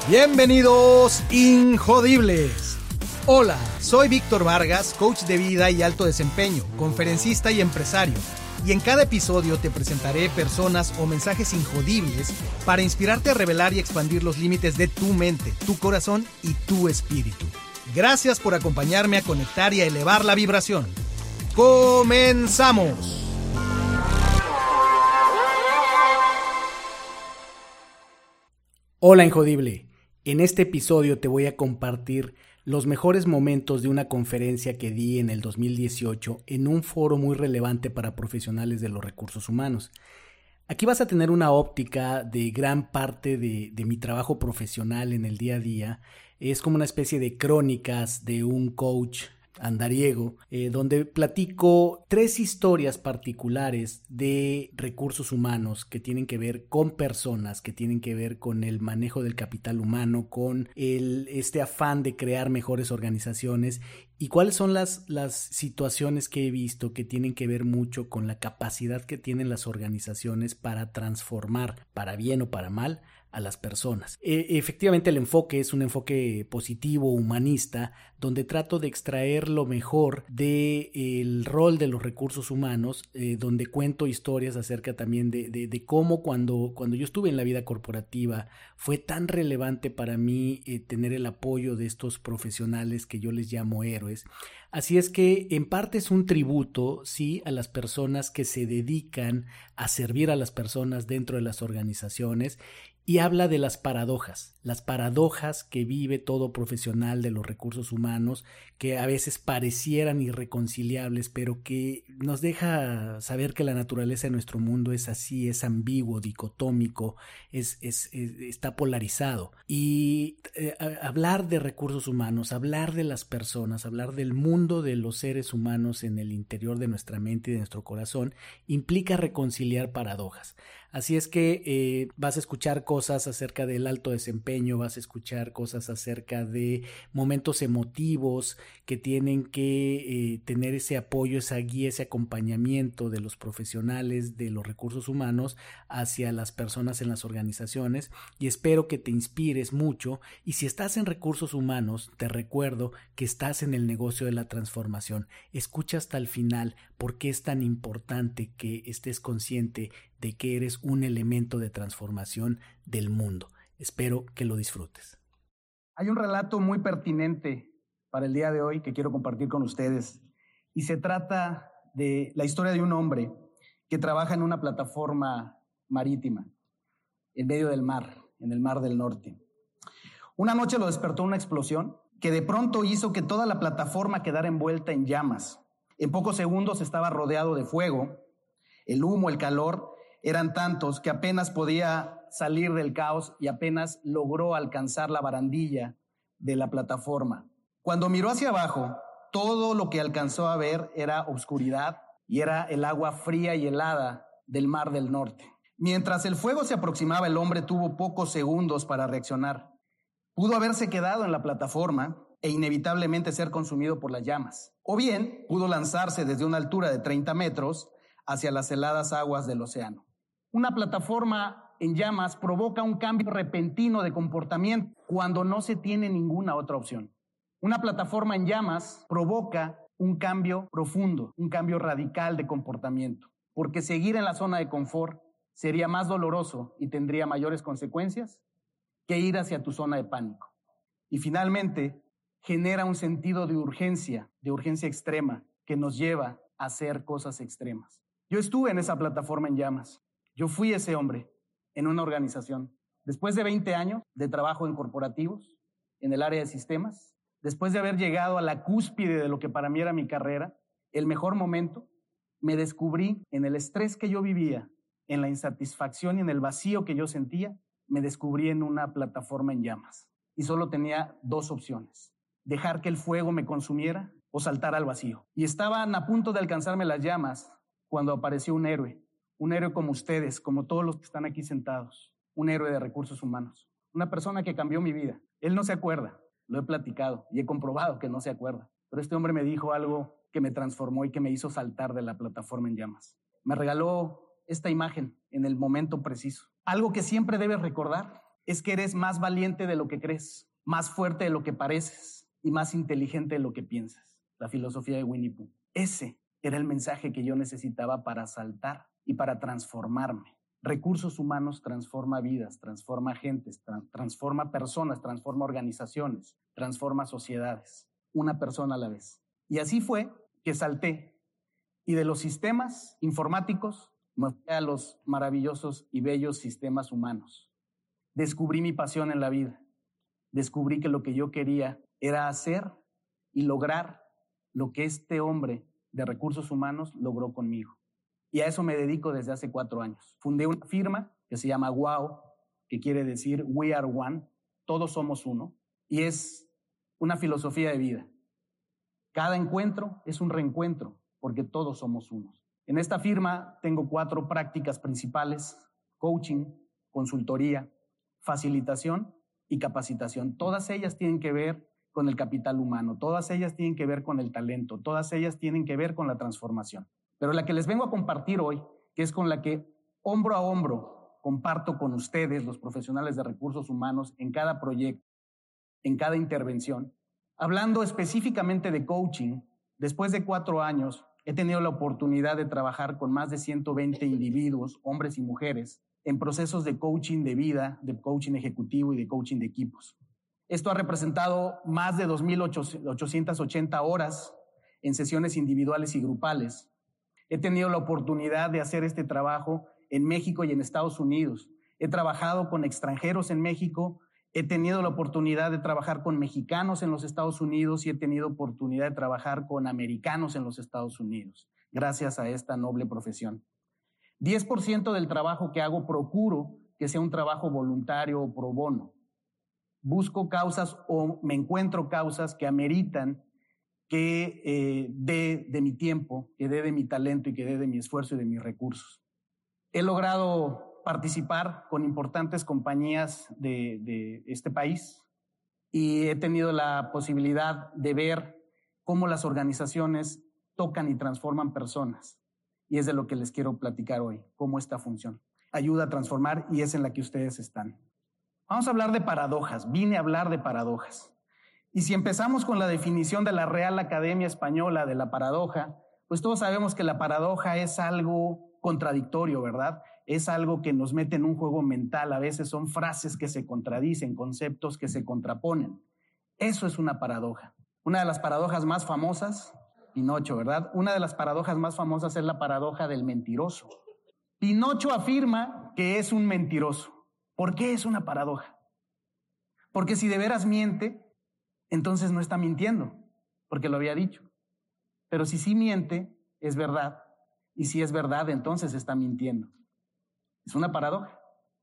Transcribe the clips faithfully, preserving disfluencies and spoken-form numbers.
Bienvenidos, Injodibles. Hola, soy Víctor Vargas, coach de vida y alto desempeño, conferencista y empresario. Y en cada episodio te presentaré personas o mensajes injodibles para inspirarte a revelar y expandir los límites de tu mente, tu corazón y tu espíritu. Gracias por acompañarme a conectar y a elevar la vibración. ¡Comenzamos! Hola, Injodible. En este episodio te voy a compartir los mejores momentos de una conferencia que di en el dos mil dieciocho en un foro muy relevante para profesionales de los recursos humanos. Aquí vas a tener una óptica de gran parte de, de mi trabajo profesional en el día a día. Es como una especie de crónicas de un coach andariego, eh, donde platico tres historias particulares de recursos humanos que tienen que ver con personas, que tienen que ver con el manejo del capital humano, con el, este afán de crear mejores organizaciones y cuáles son las, las situaciones que he visto que tienen que ver mucho con la capacidad que tienen las organizaciones para transformar, para bien o para mal, a las personas. E- efectivamente el enfoque es un enfoque positivo, humanista, donde trato de extraer lo mejor del rol de los recursos humanos, eh, donde cuento historias acerca también de, de, de cómo cuando, cuando yo estuve en la vida corporativa fue tan relevante para mí eh, tener el apoyo de estos profesionales que yo les llamo héroes. Así es que en parte es un tributo, sí, a las personas que se dedican a servir a las personas dentro de las organizaciones. Y habla de las paradojas, las paradojas que vive todo profesional de los recursos humanos, que a veces parecieran irreconciliables, pero que nos deja saber que la naturaleza de nuestro mundo es así, es ambiguo, dicotómico, es, es, es, está polarizado. Y eh, hablar de recursos humanos, hablar de las personas, hablar del mundo de los seres humanos en el interior de nuestra mente y de nuestro corazón, implica reconciliar paradojas. Así es que eh, vas a escuchar cosas acerca del alto desempeño, vas a escuchar cosas acerca de momentos emotivos que tienen que eh, tener ese apoyo, esa guía, ese acompañamiento de los profesionales de los recursos humanos hacia las personas en las organizaciones, y espero que te inspires mucho. Y si estás en recursos humanos, te recuerdo que estás en el negocio de la transformación. Escucha hasta el final por qué es tan importante que estés consciente de que eres un elemento de transformación del mundo. Espero que lo disfrutes. Hay un relato muy pertinente para el día de hoy que quiero compartir con ustedes, y se trata de la historia de un hombre que trabaja en una plataforma marítima en medio del mar, en el Mar del Norte. Una noche lo despertó una explosión que de pronto hizo que toda la plataforma quedara envuelta en llamas. En pocos segundos estaba rodeado de fuego. El humo, el calor eran tantos que apenas podía salir del caos y apenas logró alcanzar la barandilla de la plataforma. Cuando miró hacia abajo, todo lo que alcanzó a ver era oscuridad y era el agua fría y helada del Mar del Norte. Mientras el fuego se aproximaba, el hombre tuvo pocos segundos para reaccionar. Pudo haberse quedado en la plataforma e inevitablemente ser consumido por las llamas. O bien pudo lanzarse desde una altura de treinta metros hacia las heladas aguas del océano. Una plataforma en llamas provoca un cambio repentino de comportamiento cuando no se tiene ninguna otra opción. Una plataforma en llamas provoca un cambio profundo, un cambio radical de comportamiento, porque seguir en la zona de confort sería más doloroso y tendría mayores consecuencias que ir hacia tu zona de pánico. Y finalmente, genera un sentido de urgencia, de urgencia extrema, que nos lleva a hacer cosas extremas. Yo estuve en esa plataforma en llamas. Yo fui ese hombre en una organización. Después de veinte años de trabajo en corporativos, en el área de sistemas, después de haber llegado a la cúspide de lo que para mí era mi carrera, el mejor momento, me descubrí en el estrés que yo vivía, en la insatisfacción y en el vacío que yo sentía, me descubrí en una plataforma en llamas. Y solo tenía dos opciones: dejar que el fuego me consumiera o saltar al vacío. Y estaban a punto de alcanzarme las llamas cuando apareció un héroe. Un héroe como ustedes, como todos los que están aquí sentados. Un héroe de recursos humanos. Una persona que cambió mi vida. Él no se acuerda, lo he platicado y he comprobado que no se acuerda. Pero este hombre me dijo algo que me transformó y que me hizo saltar de la plataforma en llamas. Me regaló esta imagen en el momento preciso. Algo que siempre debes recordar es que eres más valiente de lo que crees, más fuerte de lo que pareces y más inteligente de lo que piensas. La filosofía de Winnie Pooh. Ese era el mensaje que yo necesitaba para saltar y para transformarme. Recursos humanos transforma vidas, transforma gentes, tra- transforma personas, transforma organizaciones, transforma sociedades, una persona a la vez. Y así fue que salté y de los sistemas informáticos me fui a los maravillosos y bellos sistemas humanos. Descubrí mi pasión en la vida. Descubrí que lo que yo quería era hacer y lograr lo que este hombre de recursos humanos logró conmigo. Y a eso me dedico desde hace cuatro años. Fundé una firma que se llama WOW, que quiere decir We Are One, todos somos uno, y es una filosofía de vida. Cada encuentro es un reencuentro, porque todos somos unos. En esta firma tengo cuatro prácticas principales: coaching, consultoría, facilitación y capacitación. Todas ellas tienen que ver con el capital humano, todas ellas tienen que ver con el talento, todas ellas tienen que ver con la transformación. Pero la que les vengo a compartir hoy, que es con la que hombro a hombro comparto con ustedes, los profesionales de recursos humanos, en cada proyecto, en cada intervención, hablando específicamente de coaching, después de cuatro años he tenido la oportunidad de trabajar con más de ciento veinte individuos, hombres y mujeres, en procesos de coaching de vida, de coaching ejecutivo y de coaching de equipos. Esto ha representado más de dos mil ochocientas ochenta horas en sesiones individuales y grupales. He tenido la oportunidad de hacer este trabajo en México y en Estados Unidos. He trabajado con extranjeros en México, he tenido la oportunidad de trabajar con mexicanos en los Estados Unidos y he tenido oportunidad de trabajar con americanos en los Estados Unidos, gracias a esta noble profesión. diez por ciento del trabajo que hago procuro que sea un trabajo voluntario o pro bono. Busco causas o me encuentro causas que ameritan que eh, dé de mi tiempo, que dé de mi talento y que dé de mi esfuerzo y de mis recursos. He logrado participar con importantes compañías de, de este país y he tenido la posibilidad de ver cómo las organizaciones tocan y transforman personas. Y es de lo que les quiero platicar hoy, cómo esta función ayuda a transformar y es en la que ustedes están. Vamos a hablar de paradojas, vine a hablar de paradojas. Y si empezamos con la definición de la Real Academia Española de la paradoja, pues todos sabemos que la paradoja es algo contradictorio, ¿verdad? Es algo que nos mete en un juego mental, a veces son frases que se contradicen, conceptos que se contraponen. Eso es una paradoja. Una de las paradojas más famosas, Pinocho, ¿verdad? Una de las paradojas más famosas es la paradoja del mentiroso. Pinocho afirma que es un mentiroso. ¿Por qué es una paradoja? Porque si de veras miente, entonces no está mintiendo, porque lo había dicho. Pero si sí miente, es verdad. Y si es verdad, entonces está mintiendo. Es una paradoja.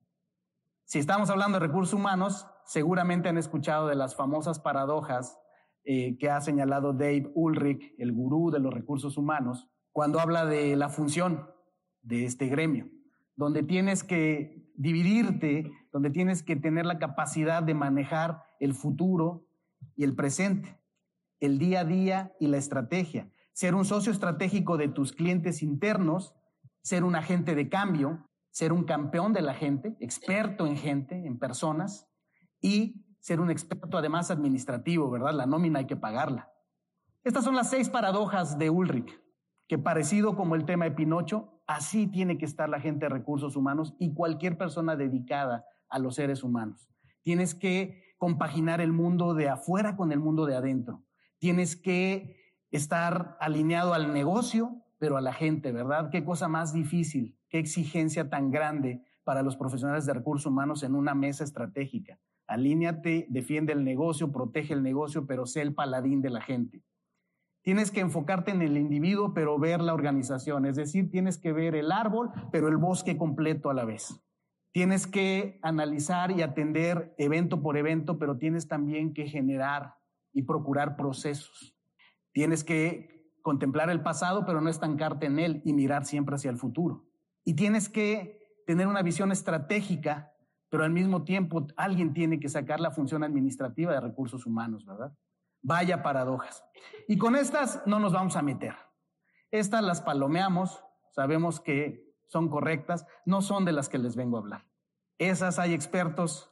Si estamos hablando de recursos humanos, seguramente han escuchado de las famosas paradojas eh, que ha señalado Dave Ulrich, el gurú de los recursos humanos, cuando habla de la función de este gremio, donde tienes que dividirte, donde tienes que tener la capacidad de manejar el futuro y el presente, el día a día y la estrategia, ser un socio estratégico de tus clientes internos, ser un agente de cambio, ser un campeón de la gente, experto en gente, en personas, y ser un experto además administrativo, ¿verdad? La nómina hay que pagarla. Estas son las seis paradojas de Ulrich, que parecido como el tema de Pinocho, así tiene que estar la gente de recursos humanos y cualquier persona dedicada a los seres humanos. Tienes que compaginar el mundo de afuera con el mundo de adentro. Tienes que estar alineado al negocio, pero a la gente, ¿verdad? Qué cosa más difícil, qué exigencia tan grande para los profesionales de recursos humanos en una mesa estratégica. Alíñate, defiende el negocio, protege el negocio, pero sé el paladín de la gente. Tienes que enfocarte en el individuo, pero ver la organización. Es decir, tienes que ver el árbol, pero el bosque completo a la vez. Tienes que analizar y atender evento por evento, pero tienes también que generar y procurar procesos. Tienes que contemplar el pasado, pero no estancarte en él y mirar siempre hacia el futuro. Y tienes que tener una visión estratégica, pero al mismo tiempo alguien tiene que sacar la función administrativa de recursos humanos, ¿verdad? Vaya paradojas. Y con estas no nos vamos a meter. Estas las palomeamos, sabemos que son correctas, no son de las que les vengo a hablar. Esas hay expertos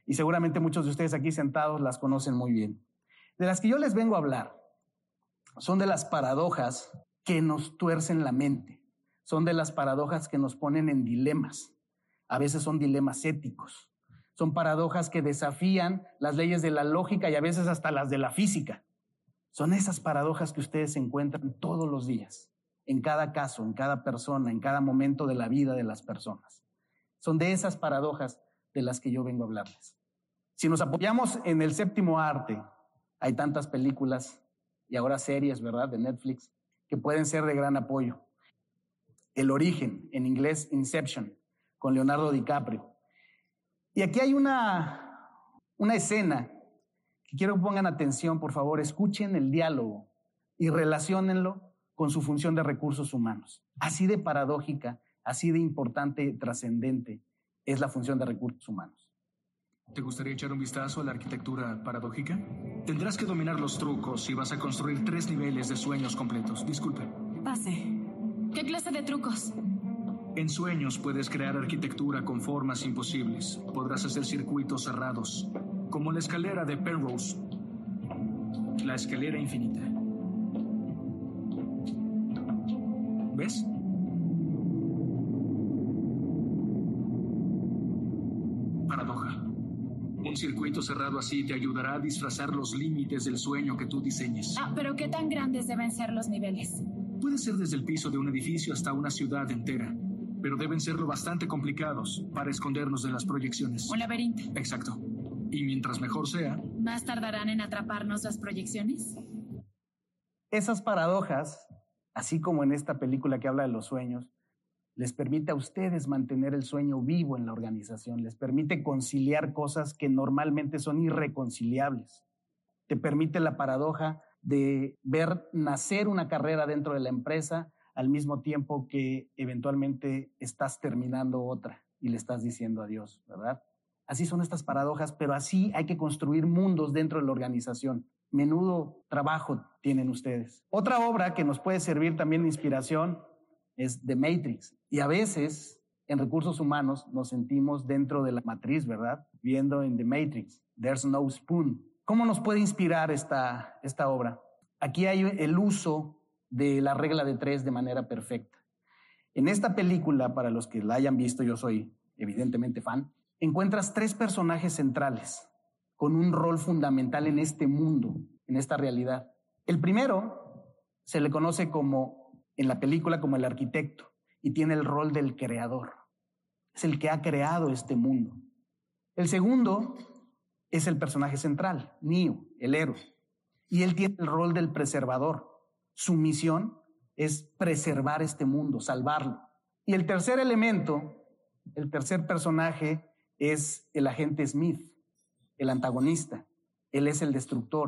y seguramente muchos de ustedes aquí sentados las conocen muy bien. De las que yo les vengo a hablar son de las paradojas que nos tuercen la mente, son de las paradojas que nos ponen en dilemas. A veces son dilemas éticos, son paradojas que desafían las leyes de la lógica y a veces hasta las de la física. Son esas paradojas que ustedes encuentran todos los días, en cada caso, en cada persona, en cada momento de la vida de las personas. Son de esas paradojas de las que yo vengo a hablarles. Si nos apoyamos en el séptimo arte, hay tantas películas y ahora series, ¿verdad?, de Netflix, que pueden ser de gran apoyo. El origen, en inglés Inception, con Leonardo DiCaprio. Y aquí hay una, una escena que quiero que pongan atención, por favor, escuchen el diálogo y relaciónenlo con su función de recursos humanos. Así de paradójica, así de importante y trascendente es la función de recursos humanos. ¿Te gustaría echar un vistazo a la arquitectura paradójica? Tendrás que dominar los trucos y vas a construir tres niveles de sueños completos. Disculpe. Pase. ¿Qué clase de trucos? En sueños puedes crear arquitectura con formas imposibles. Podrás hacer circuitos cerrados, como la escalera de Penrose. La escalera infinita. ¿Ves? Paradoja. Un circuito cerrado así te ayudará a disfrazar los límites del sueño que tú diseñes. Ah, pero ¿qué tan grandes deben ser los niveles? Puede ser desde el piso de un edificio hasta una ciudad entera, pero deben ser lo bastante complicados para escondernos de las proyecciones. Un laberinto. Exacto. Y mientras mejor sea... ¿Más tardarán en atraparnos las proyecciones? Esas paradojas, así como en esta película que habla de los sueños, les permite a ustedes mantener el sueño vivo en la organización, les permite conciliar cosas que normalmente son irreconciliables. Te permite la paradoja de ver nacer una carrera dentro de la empresa al mismo tiempo que eventualmente estás terminando otra y le estás diciendo adiós, ¿verdad? Así son estas paradojas, pero así hay que construir mundos dentro de la organización. Menudo trabajo tienen ustedes. Otra obra que nos puede servir también de inspiración es The Matrix. Y a veces, en recursos humanos, nos sentimos dentro de la matriz, ¿verdad? Viendo en The Matrix, There's no spoon. ¿Cómo nos puede inspirar esta, esta obra? Aquí hay el uso de la regla de tres de manera perfecta. En esta película, para los que la hayan visto, yo soy evidentemente fan, encuentras tres personajes centrales con un rol fundamental en este mundo, en esta realidad. El primero se le conoce como, en la película, como el arquitecto y tiene el rol del creador. Es el que ha creado este mundo. El segundo es el personaje central, Neo, el héroe, y él tiene el rol del preservador. Su misión es preservar este mundo, salvarlo. Y el tercer elemento, el tercer personaje es el agente Smith, el antagonista. Él es el destructor.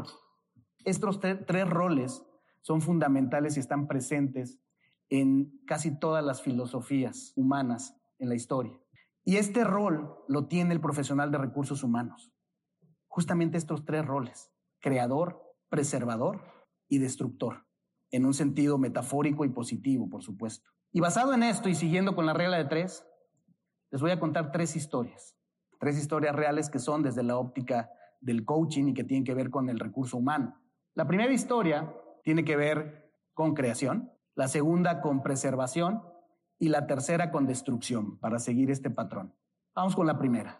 Estos tre- tres roles son fundamentales y están presentes en casi todas las filosofías humanas en la historia. Y este rol lo tiene el profesional de recursos humanos. Justamente estos tres roles, creador, preservador y destructor, en un sentido metafórico y positivo, por supuesto. Y basado en esto y siguiendo con la regla de tres, les voy a contar tres historias. Tres historias reales que son desde la óptica del coaching y que tienen que ver con el recurso humano. La primera historia tiene que ver con creación, la segunda con preservación y la tercera con destrucción, para seguir este patrón. Vamos con la primera.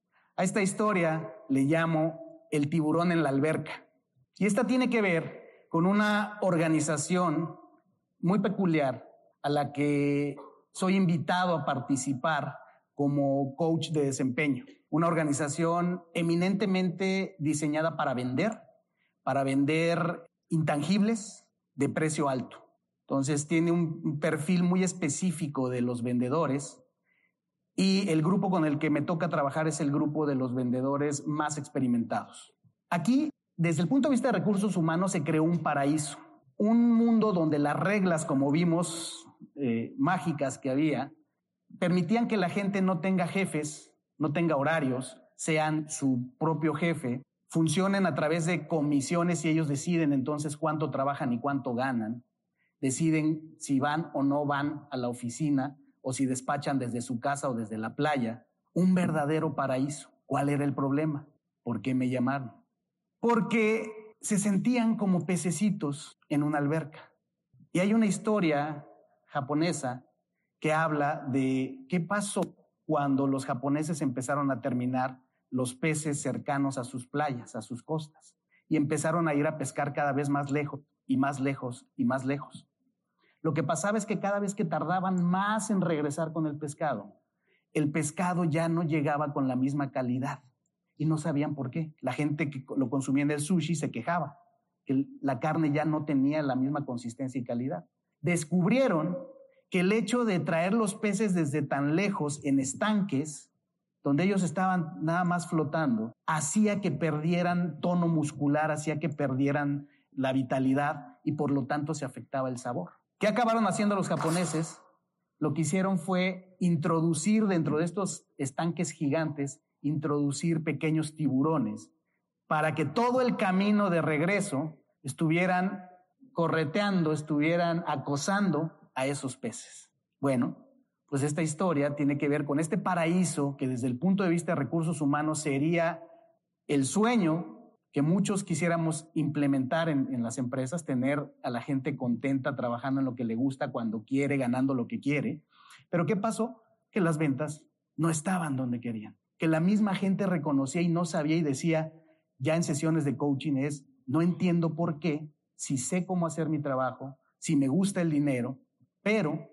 A esta historia le llamo el tiburón en la alberca. Y esta tiene que ver con una organización muy peculiar a la que soy invitado a participar como coach de desempeño. Una organización eminentemente diseñada para vender, para vender intangibles de precio alto. Entonces tiene un perfil muy específico de los vendedores y el grupo con el que me toca trabajar es el grupo de los vendedores más experimentados. Aquí, desde el punto de vista de recursos humanos, se creó un paraíso, un mundo donde las reglas, como vimos, eh, mágicas que había, permitían que la gente no tenga jefes, no tenga horarios, sean su propio jefe, funcionen a través de comisiones y ellos deciden entonces cuánto trabajan y cuánto ganan, deciden si van o no van a la oficina o si despachan desde su casa o desde la playa. Un verdadero paraíso. ¿Cuál era el problema? ¿Por qué me llamaron? Porque se sentían como pececitos en una alberca. Y hay una historia japonesa que habla de qué pasó cuando los japoneses empezaron a terminar los peces cercanos a sus playas, a sus costas, y empezaron a ir a pescar cada vez más lejos y más lejos y más lejos. Lo que pasaba es que cada vez que tardaban más en regresar con el pescado, el pescado ya no llegaba con la misma calidad y no sabían por qué. La gente que lo consumía en el sushi se quejaba, que la carne ya no tenía la misma consistencia y calidad. Descubrieron que el hecho de traer los peces desde tan lejos en estanques, donde ellos estaban nada más flotando, hacía que perdieran tono muscular, hacía que perdieran la vitalidad y por lo tanto se afectaba el sabor. ¿Qué acabaron haciendo los japoneses? Lo que hicieron fue introducir dentro de estos estanques gigantes, introducir pequeños tiburones para que todo el camino de regreso estuvieran correteando, estuvieran acosando a esos peces. Bueno, pues esta historia tiene que ver con este paraíso que desde el punto de vista de recursos humanos sería el sueño que muchos quisiéramos implementar en, en las empresas, tener a la gente contenta trabajando en lo que le gusta, cuando quiere, ganando lo que quiere. Pero ¿qué pasó? Que las ventas no estaban donde querían, que la misma gente reconocía y no sabía y decía, ya en sesiones de coaching es, no entiendo por qué, si sé cómo hacer mi trabajo, si me gusta el dinero, pero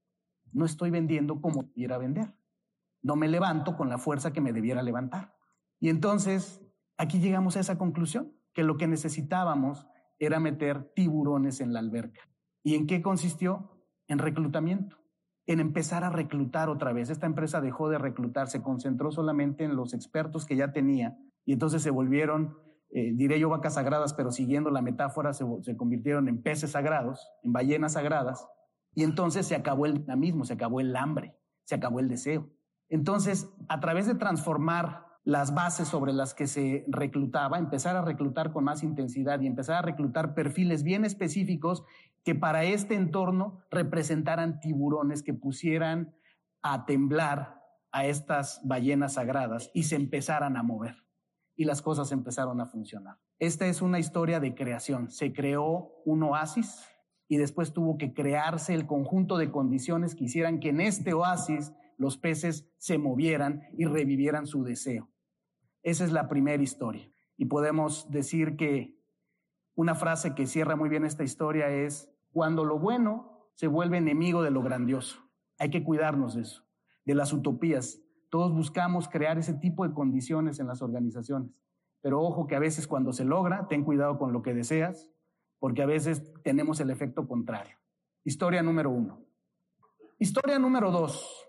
no estoy vendiendo como debiera vender. No me levanto con la fuerza que me debiera levantar. Y entonces, aquí llegamos a esa conclusión, que lo que necesitábamos era meter tiburones en la alberca. ¿Y en qué consistió? En reclutamiento, en empezar a reclutar otra vez. Esta empresa dejó de reclutar, se concentró solamente en los expertos que ya tenía y entonces se volvieron, eh, diré yo vacas sagradas, pero siguiendo la metáfora, se, se convirtieron en peces sagrados, en ballenas sagradas. Y entonces se acabó el dinamismo, se acabó el hambre, se acabó el deseo. Entonces, a través de transformar las bases sobre las que se reclutaba, empezar a reclutar con más intensidad y empezar a reclutar perfiles bien específicos que para este entorno representaran tiburones que pusieran a temblar a estas ballenas sagradas y se empezaran a mover. Y las cosas empezaron a funcionar. Esta es una historia de creación. Se creó un oasis y después tuvo que crearse el conjunto de condiciones que hicieran que en este oasis los peces se movieran y revivieran su deseo. Esa es la primera historia. Y podemos decir que una frase que cierra muy bien esta historia es, cuando lo bueno se vuelve enemigo de lo grandioso. Hay que cuidarnos de eso, de las utopías. Todos buscamos crear ese tipo de condiciones en las organizaciones. Pero ojo que a veces cuando se logra, ten cuidado con lo que deseas, porque a veces tenemos el efecto contrario. Historia número uno. Historia número dos.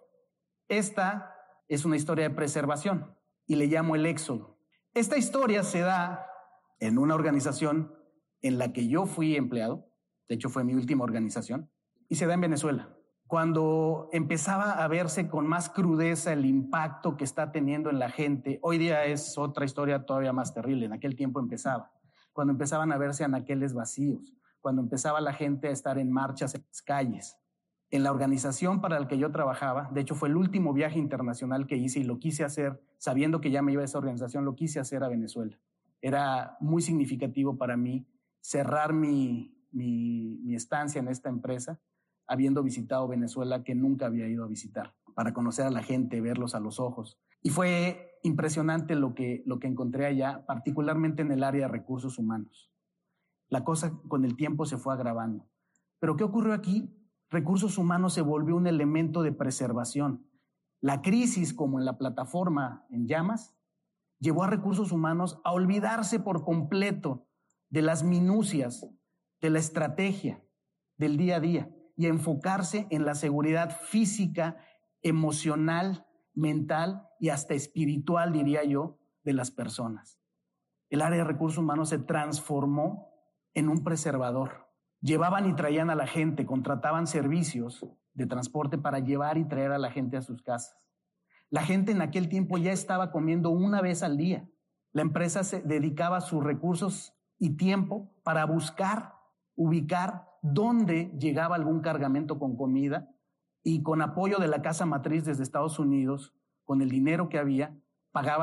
Esta es una historia de preservación y le llamo el éxodo. Esta historia se da en una organización en la que yo fui empleado, de hecho fue mi última organización, y se da en Venezuela. Cuando empezaba a verse con más crudeza el impacto que está teniendo en la gente, hoy día es otra historia todavía más terrible, en aquel tiempo empezaba. Cuando empezaban a verse anaqueles vacíos, cuando empezaba la gente a estar en marchas en las calles. En la organización para la que yo trabajaba, de hecho fue el último viaje internacional que hice y lo quise hacer, sabiendo que ya me iba a esa organización, lo quise hacer a Venezuela. Era muy significativo para mí cerrar mi, mi, mi estancia en esta empresa, habiendo visitado Venezuela que nunca había ido a visitar, para conocer a la gente, verlos a los ojos. Y fue impresionante lo que, lo que encontré allá, particularmente en el área de recursos humanos. La cosa con el tiempo se fue agravando. ¿Pero qué ocurrió aquí? Recursos humanos se volvió un elemento de preservación. La crisis, como en la plataforma en llamas, llevó a recursos humanos a olvidarse por completo de las minucias, de la estrategia, del día a día y a enfocarse en la seguridad física, emocional, mental y hasta espiritual, diría yo, de las personas. El área de recursos humanos se transformó en un preservador. Llevaban y traían a la gente, contrataban servicios de transporte para llevar y traer a la gente a sus casas. La gente en aquel tiempo ya estaba comiendo una vez al día. La empresa se dedicaba sus recursos y tiempo para buscar, ubicar dónde llegaba algún cargamento con comida y con apoyo de la casa matriz desde Estados Unidos, con el dinero que había, pagaban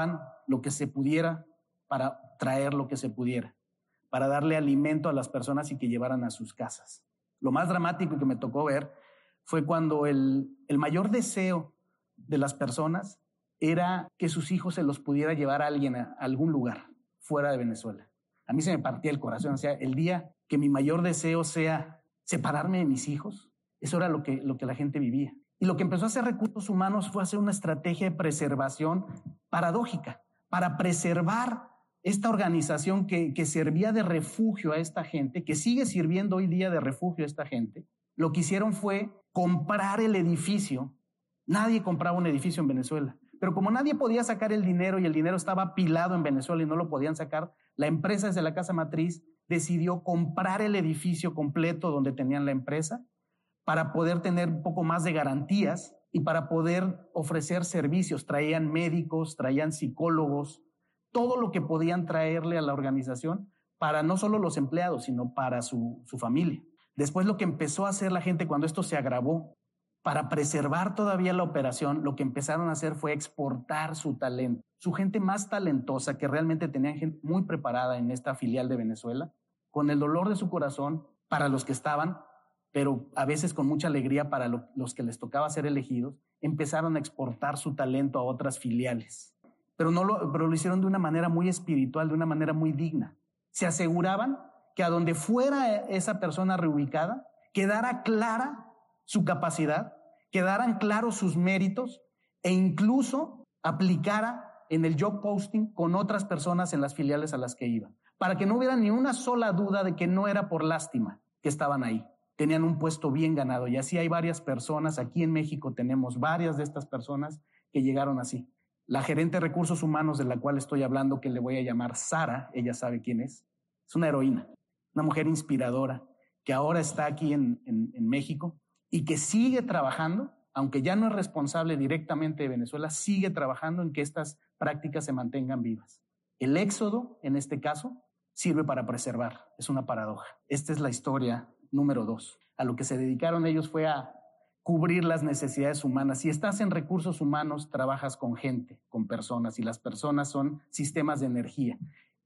lo que se pudiera para traer lo que se pudiera, para darle alimento a las personas y que llevaran a sus casas. Lo más dramático que me tocó ver fue cuando el, el mayor deseo de las personas era que sus hijos se los pudiera llevar a alguien a, a algún lugar fuera de Venezuela. A mí se me partía el corazón. O sea, el día que mi mayor deseo sea separarme de mis hijos, eso era lo que, lo que la gente vivía. Y lo que empezó a hacer Recursos Humanos fue hacer una estrategia de preservación paradójica, para preservar esta organización que, que servía de refugio a esta gente, que sigue sirviendo hoy día de refugio a esta gente. Lo que hicieron fue comprar el edificio. Nadie compraba un edificio en Venezuela. Pero como nadie podía sacar el dinero y el dinero estaba apilado en Venezuela y no lo podían sacar, la empresa desde la casa matriz decidió comprar el edificio completo donde tenían la empresa para poder tener un poco más de garantías y para poder ofrecer servicios. Traían médicos, traían psicólogos, todo lo que podían traerle a la organización para no solo los empleados, sino para su, su familia. Después lo que empezó a hacer la gente cuando esto se agravó, para preservar todavía la operación, lo que empezaron a hacer fue exportar su talento. Su gente más talentosa, que realmente tenían gente muy preparada en esta filial de Venezuela, con el dolor de su corazón para los que estaban, pero a veces con mucha alegría para lo, los que les tocaba ser elegidos, empezaron a exportar su talento a otras filiales. Pero, no lo, pero lo hicieron de una manera muy espiritual, de una manera muy digna. Se aseguraban que a donde fuera esa persona reubicada, quedara clara su capacidad, quedaran claros sus méritos e incluso aplicara en el job posting con otras personas en las filiales a las que iban, para que no hubiera ni una sola duda de que no era por lástima que estaban ahí. Tenían un puesto bien ganado y así hay varias personas. Aquí en México tenemos varias de estas personas que llegaron así. La gerente de recursos humanos de la cual estoy hablando, que le voy a llamar Sara, ella sabe quién es, es una heroína, una mujer inspiradora que ahora está aquí en, en, en México y que sigue trabajando, aunque ya no es responsable directamente de Venezuela, sigue trabajando en que estas prácticas se mantengan vivas. El éxodo, en este caso, sirve para preservar. Es una paradoja. Esta es la historia número dos. A lo que se dedicaron ellos fue a cubrir las necesidades humanas. Si estás en recursos humanos, trabajas con gente, con personas, y las personas son sistemas de energía.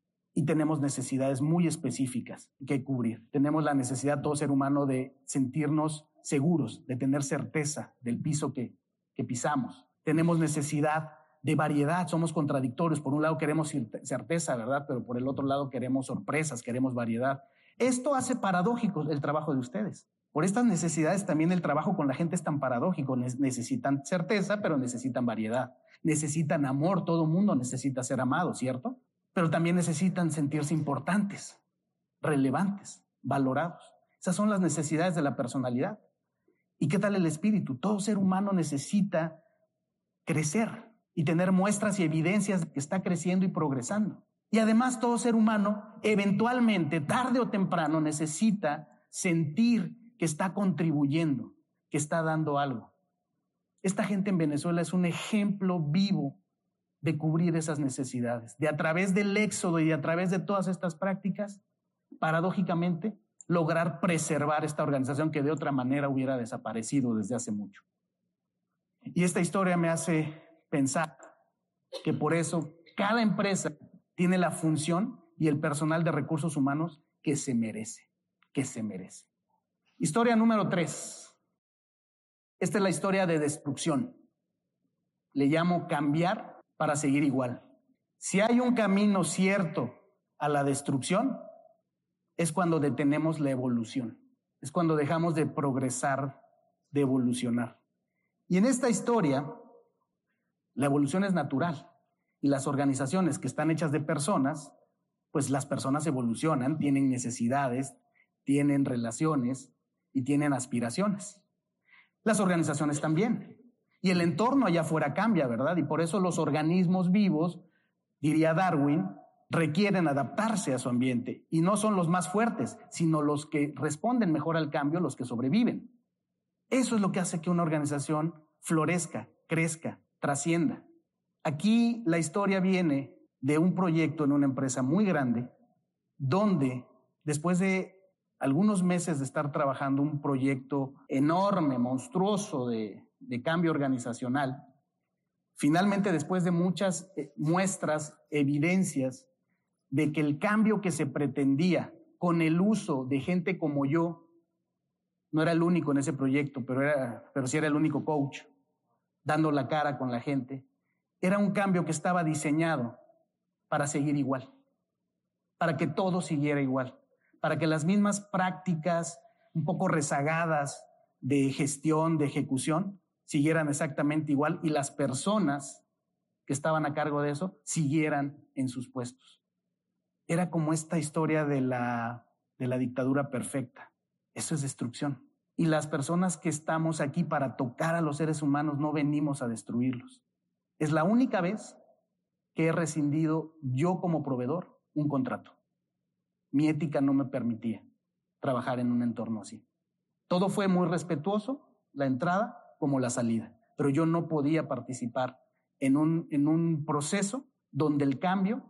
Y tenemos necesidades muy específicas que cubrir. Tenemos la necesidad, todo ser humano, de sentirnos seguros, de tener certeza del piso que, que pisamos. Tenemos necesidad de variedad, somos contradictorios. Por un lado queremos certeza, ¿verdad? Pero por el otro lado queremos sorpresas, queremos variedad. Esto hace paradójico el trabajo de ustedes. Por estas necesidades también el trabajo con la gente es tan paradójico. Necesitan certeza, pero necesitan variedad. Necesitan amor, todo mundo necesita ser amado, ¿cierto? Pero también necesitan sentirse importantes, relevantes, valorados. Esas son las necesidades de la personalidad. ¿Y qué tal el espíritu? Todo ser humano necesita crecer y tener muestras y evidencias de que está creciendo y progresando. Y además todo ser humano eventualmente, tarde o temprano, necesita sentir que está contribuyendo, que está dando algo. Esta gente en Venezuela es un ejemplo vivo de cubrir esas necesidades, de a través del éxodo y a través de todas estas prácticas, paradójicamente, lograr preservar esta organización que de otra manera hubiera desaparecido desde hace mucho. Y esta historia me hace pensar que por eso cada empresa tiene la función y el personal de recursos humanos que se merece, que se merece. Historia número tres. Esta es la historia de destrucción. Le llamo cambiar para seguir igual. Si hay un camino cierto a la destrucción, es cuando detenemos la evolución. Es cuando dejamos de progresar, de evolucionar. Y en esta historia, la evolución es natural. Y las organizaciones que están hechas de personas, pues las personas evolucionan, tienen necesidades, tienen relaciones y tienen aspiraciones. Las organizaciones también. Y el entorno allá afuera cambia, ¿verdad? Y por eso los organismos vivos, diría Darwin, requieren adaptarse a su ambiente. Y no son los más fuertes, sino los que responden mejor al cambio, los que sobreviven. Eso es lo que hace que una organización florezca, crezca, trascienda. Aquí la historia viene de un proyecto en una empresa muy grande, donde después de algunos meses de estar trabajando un proyecto enorme, monstruoso de, de cambio organizacional, Finalmente, después de muchas eh, muestras, evidencias de que el cambio que se pretendía con el uso de gente como yo, no era el único en ese proyecto, pero, era, pero sí era el único coach, dando la cara con la gente, era un cambio que estaba diseñado para seguir igual, para que todo siguiera igual, para que las mismas prácticas un poco rezagadas de gestión, de ejecución, siguieran exactamente igual y las personas que estaban a cargo de eso siguieran en sus puestos. Era como esta historia de la, de la dictadura perfecta. Eso es destrucción. Y las personas que estamos aquí para tocar a los seres humanos no venimos a destruirlos. Es la única vez que he rescindido yo como proveedor un contrato. Mi ética no me permitía trabajar en un entorno así. Todo fue muy respetuoso, la entrada como la salida, pero yo no podía participar en un, en un proceso donde el cambio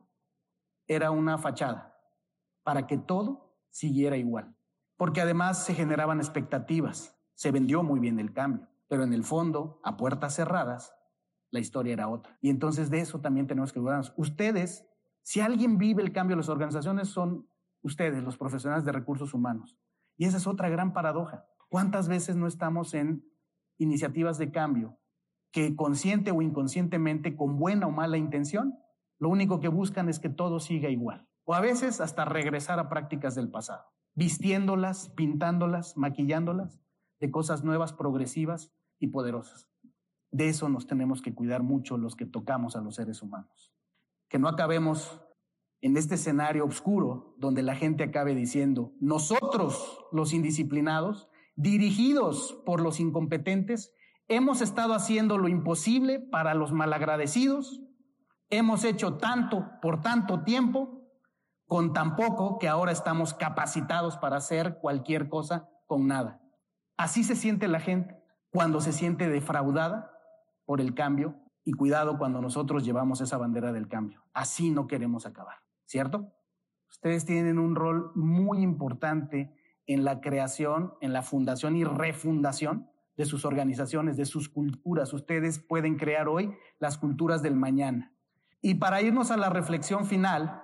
era una fachada para que todo siguiera igual. Porque además se generaban expectativas, se vendió muy bien el cambio, pero en el fondo, a puertas cerradas, la historia era otra. Y entonces de eso también tenemos que cuidarnos. Ustedes, si alguien vive el cambio de las organizaciones, son ustedes, los profesionales de recursos humanos. Y esa es otra gran paradoja. ¿Cuántas veces no estamos en iniciativas de cambio que consciente o inconscientemente, con buena o mala intención, lo único que buscan es que todo siga igual? O a veces hasta regresar a prácticas del pasado, vistiéndolas, pintándolas, maquillándolas de cosas nuevas, progresivas y poderosas. De eso nos tenemos que cuidar mucho los que tocamos a los seres humanos. Que no acabemos en este escenario oscuro donde la gente acabe diciendo, nosotros, los indisciplinados, dirigidos por los incompetentes, hemos estado haciendo lo imposible para los malagradecidos, hemos hecho tanto por tanto tiempo, con tan poco que ahora estamos capacitados para hacer cualquier cosa con nada. Así se siente la gente cuando se siente defraudada por el cambio, y cuidado cuando nosotros llevamos esa bandera del cambio. Así no queremos acabar, ¿cierto? Ustedes tienen un rol muy importante en la creación, en la fundación y refundación de sus organizaciones, de sus culturas. Ustedes pueden crear hoy las culturas del mañana. Y para irnos a la reflexión final,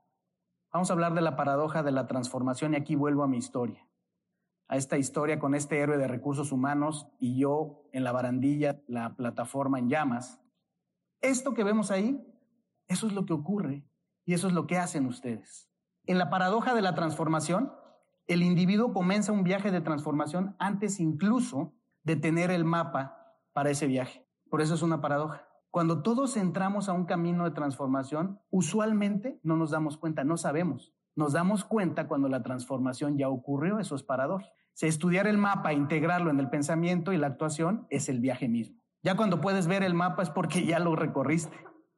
vamos a hablar de la paradoja de la transformación, y aquí vuelvo a mi historia, a esta historia con este héroe de recursos humanos y yo en la barandilla, la plataforma en llamas. Esto que vemos ahí, eso es lo que ocurre y eso es lo que hacen ustedes. En la paradoja de la transformación, el individuo comienza un viaje de transformación antes incluso de tener el mapa para ese viaje. Por eso es una paradoja. Cuando todos entramos a un camino de transformación, usualmente no nos damos cuenta, no sabemos. Nos damos cuenta cuando la transformación ya ocurrió, eso es paradójico. Si estudiar el mapa e integrarlo en el pensamiento y la actuación es el viaje mismo. Ya cuando puedes ver el mapa es porque ya lo recorriste.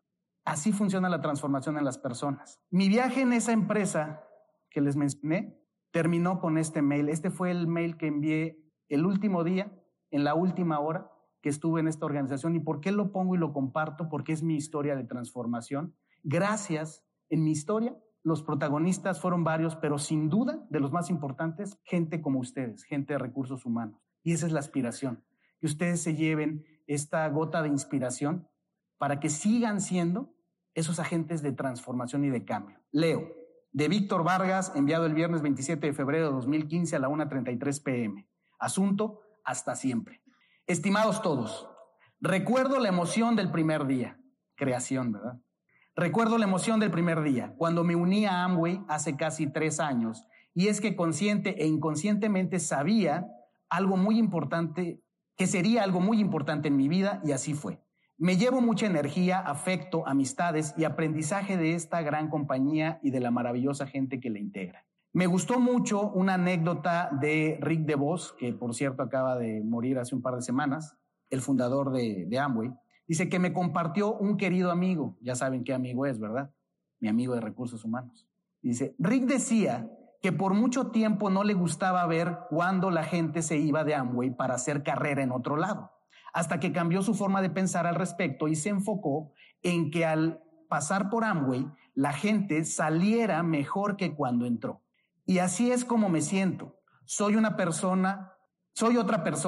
Así funciona la transformación en las personas. Mi viaje en esa empresa que les mencioné terminó con este mail. Este fue el mail que envié el último día, en la última hora que estuve en esta organización. ¿Y por qué lo pongo y lo comparto? Porque es mi historia de transformación. Gracias, en mi historia, los protagonistas fueron varios, pero sin duda, de los más importantes, gente como ustedes, gente de recursos humanos. Y esa es la aspiración, que ustedes se lleven esta gota de inspiración para que sigan siendo esos agentes de transformación y de cambio. Leo, de Víctor Vargas, enviado el viernes veintisiete de febrero de dos mil quince a la una treinta y tres pm. Asunto, hasta siempre. Estimados todos, recuerdo la emoción del primer día. Creación, ¿verdad? Recuerdo la emoción del primer día, cuando me uní a Amway hace casi tres años, y es que consciente e inconscientemente sabía algo muy importante, que sería algo muy importante en mi vida, y así fue. Me llevo mucha energía, afecto, amistades y aprendizaje de esta gran compañía y de la maravillosa gente que la integra. Me gustó mucho una anécdota de Rick DeVos, que por cierto acaba de morir hace un par de semanas, el fundador de, de Amway. Dice que me compartió un querido amigo, ya saben qué amigo es, ¿verdad? Mi amigo de recursos humanos. Dice, Rick decía que por mucho tiempo no le gustaba ver cuándo la gente se iba de Amway para hacer carrera en otro lado, hasta que cambió su forma de pensar al respecto y se enfocó en que al pasar por Amway, la gente saliera mejor que cuando entró. Y así es como me siento. Soy una persona, soy otra persona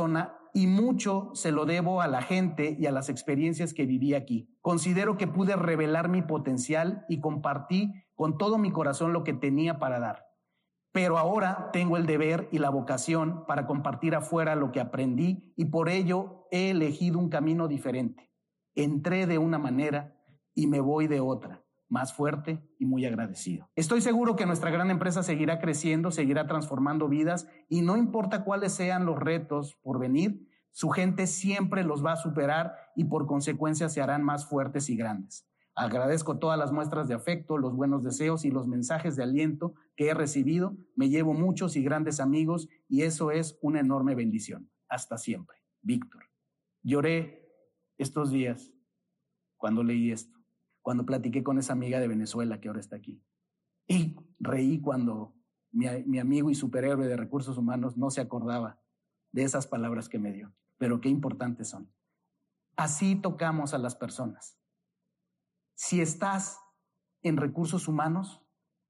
y mucho se lo debo a la gente y a las experiencias que viví aquí. Considero que pude revelar mi potencial y compartí con todo mi corazón lo que tenía para dar. Pero ahora tengo el deber y la vocación para compartir afuera lo que aprendí y por ello he elegido un camino diferente. Entré de una manera y me voy de otra, más fuerte y muy agradecido. Estoy seguro que nuestra gran empresa seguirá creciendo, seguirá transformando vidas y no importa cuáles sean los retos por venir, su gente siempre los va a superar y por consecuencia se harán más fuertes y grandes. Agradezco todas las muestras de afecto, los buenos deseos y los mensajes de aliento que he recibido. Me llevo muchos y grandes amigos y eso es una enorme bendición. Hasta siempre. Víctor. Lloré estos días cuando leí esto, cuando platiqué con esa amiga de Venezuela que ahora está aquí. Y reí cuando mi, mi amigo y superhéroe de recursos humanos no se acordaba de esas palabras que me dio. Pero qué importantes son. Así tocamos a las personas. Si estás en recursos humanos,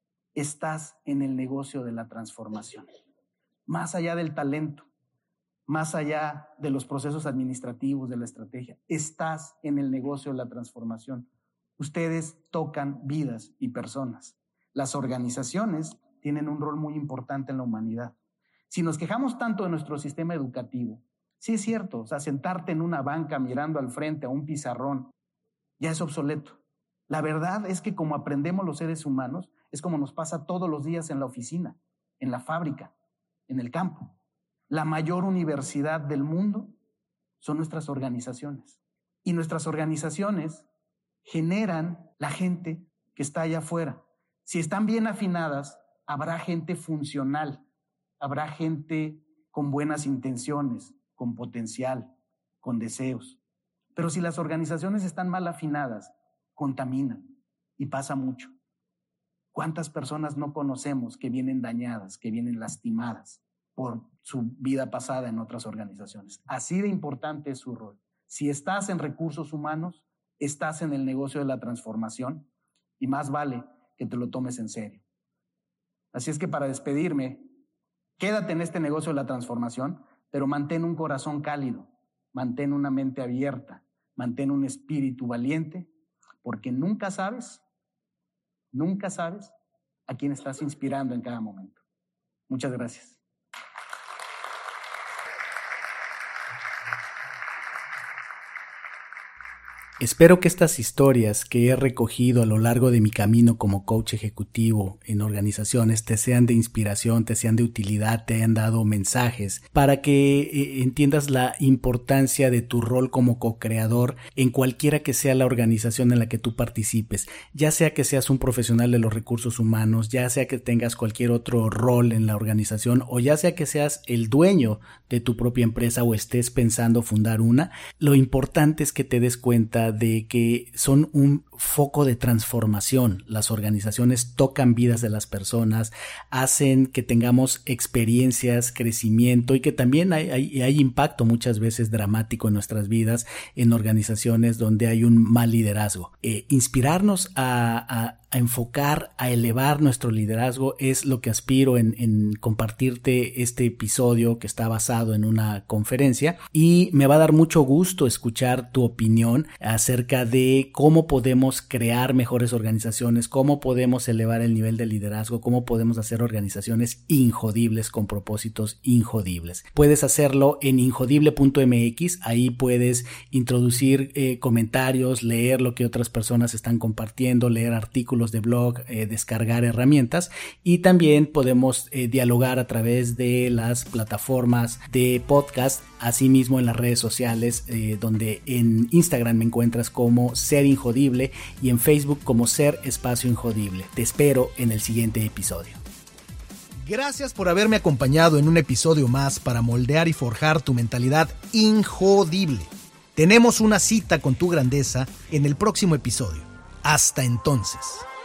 estás en el negocio de la transformación. Más allá del talento, más allá de los procesos administrativos, de la estrategia, estás en el negocio de la transformación. Ustedes tocan vidas y personas. Las organizaciones tienen un rol muy importante en la humanidad. Si nos quejamos tanto de nuestro sistema educativo, sí es cierto, o sea, sentarte en una banca mirando al frente a un pizarrón ya es obsoleto. La verdad es que como aprendemos los seres humanos, es como nos pasa todos los días en la oficina, en la fábrica, en el campo. La mayor universidad del mundo son nuestras organizaciones. Y nuestras organizaciones generan la gente que está allá afuera. Si están bien afinadas, habrá gente funcional, habrá gente con buenas intenciones, con potencial, con deseos. Pero si las organizaciones están mal afinadas, contaminan y pasa mucho. ¿Cuántas personas no conocemos que vienen dañadas, que vienen lastimadas por su vida pasada en otras organizaciones? Así de importante es su rol. Si estás en recursos humanos, estás en el negocio de la transformación y más vale que te lo tomes en serio. Así es que para despedirme, quédate en este negocio de la transformación, pero mantén un corazón cálido, mantén una mente abierta, mantén un espíritu valiente, porque nunca sabes, nunca sabes a quién estás inspirando en cada momento. Muchas gracias. Espero que estas historias que he recogido a lo largo de mi camino como coach ejecutivo en organizaciones te sean de inspiración, te sean de utilidad, te hayan dado mensajes para que eh, entiendas la importancia de tu rol como co-creador en cualquiera que sea la organización en la que tú participes, ya sea que seas un profesional de los recursos humanos, ya sea que tengas cualquier otro rol en la organización o ya sea que seas el dueño de tu propia empresa o estés pensando fundar una. Lo importante es que te des cuenta de que son un foco de transformación. Las organizaciones tocan vidas de las personas, hacen que tengamos experiencias, crecimiento y que también hay, hay, hay impacto muchas veces dramático en nuestras vidas en organizaciones donde hay un mal liderazgo. Eh, inspirarnos a, a a enfocar, a elevar nuestro liderazgo es lo que aspiro en, en compartirte este episodio que está basado en una conferencia y me va a dar mucho gusto escuchar tu opinión acerca de cómo podemos crear mejores organizaciones, cómo podemos elevar el nivel de liderazgo, cómo podemos hacer organizaciones injodibles con propósitos injodibles. Puedes hacerlo en injodible punto m x, ahí puedes introducir eh, comentarios, leer lo que otras personas están compartiendo, leer artículos de blog, eh, descargar herramientas y también podemos eh, dialogar a través de las plataformas de podcast, asimismo en las redes sociales eh, donde en Instagram me encuentras como Ser Injodible y en Facebook como Ser Espacio Injodible. Te espero en el siguiente episodio. Gracias por haberme acompañado en un episodio más para moldear y forjar tu mentalidad injodible. Tenemos una cita con tu grandeza en el próximo episodio. Hasta entonces.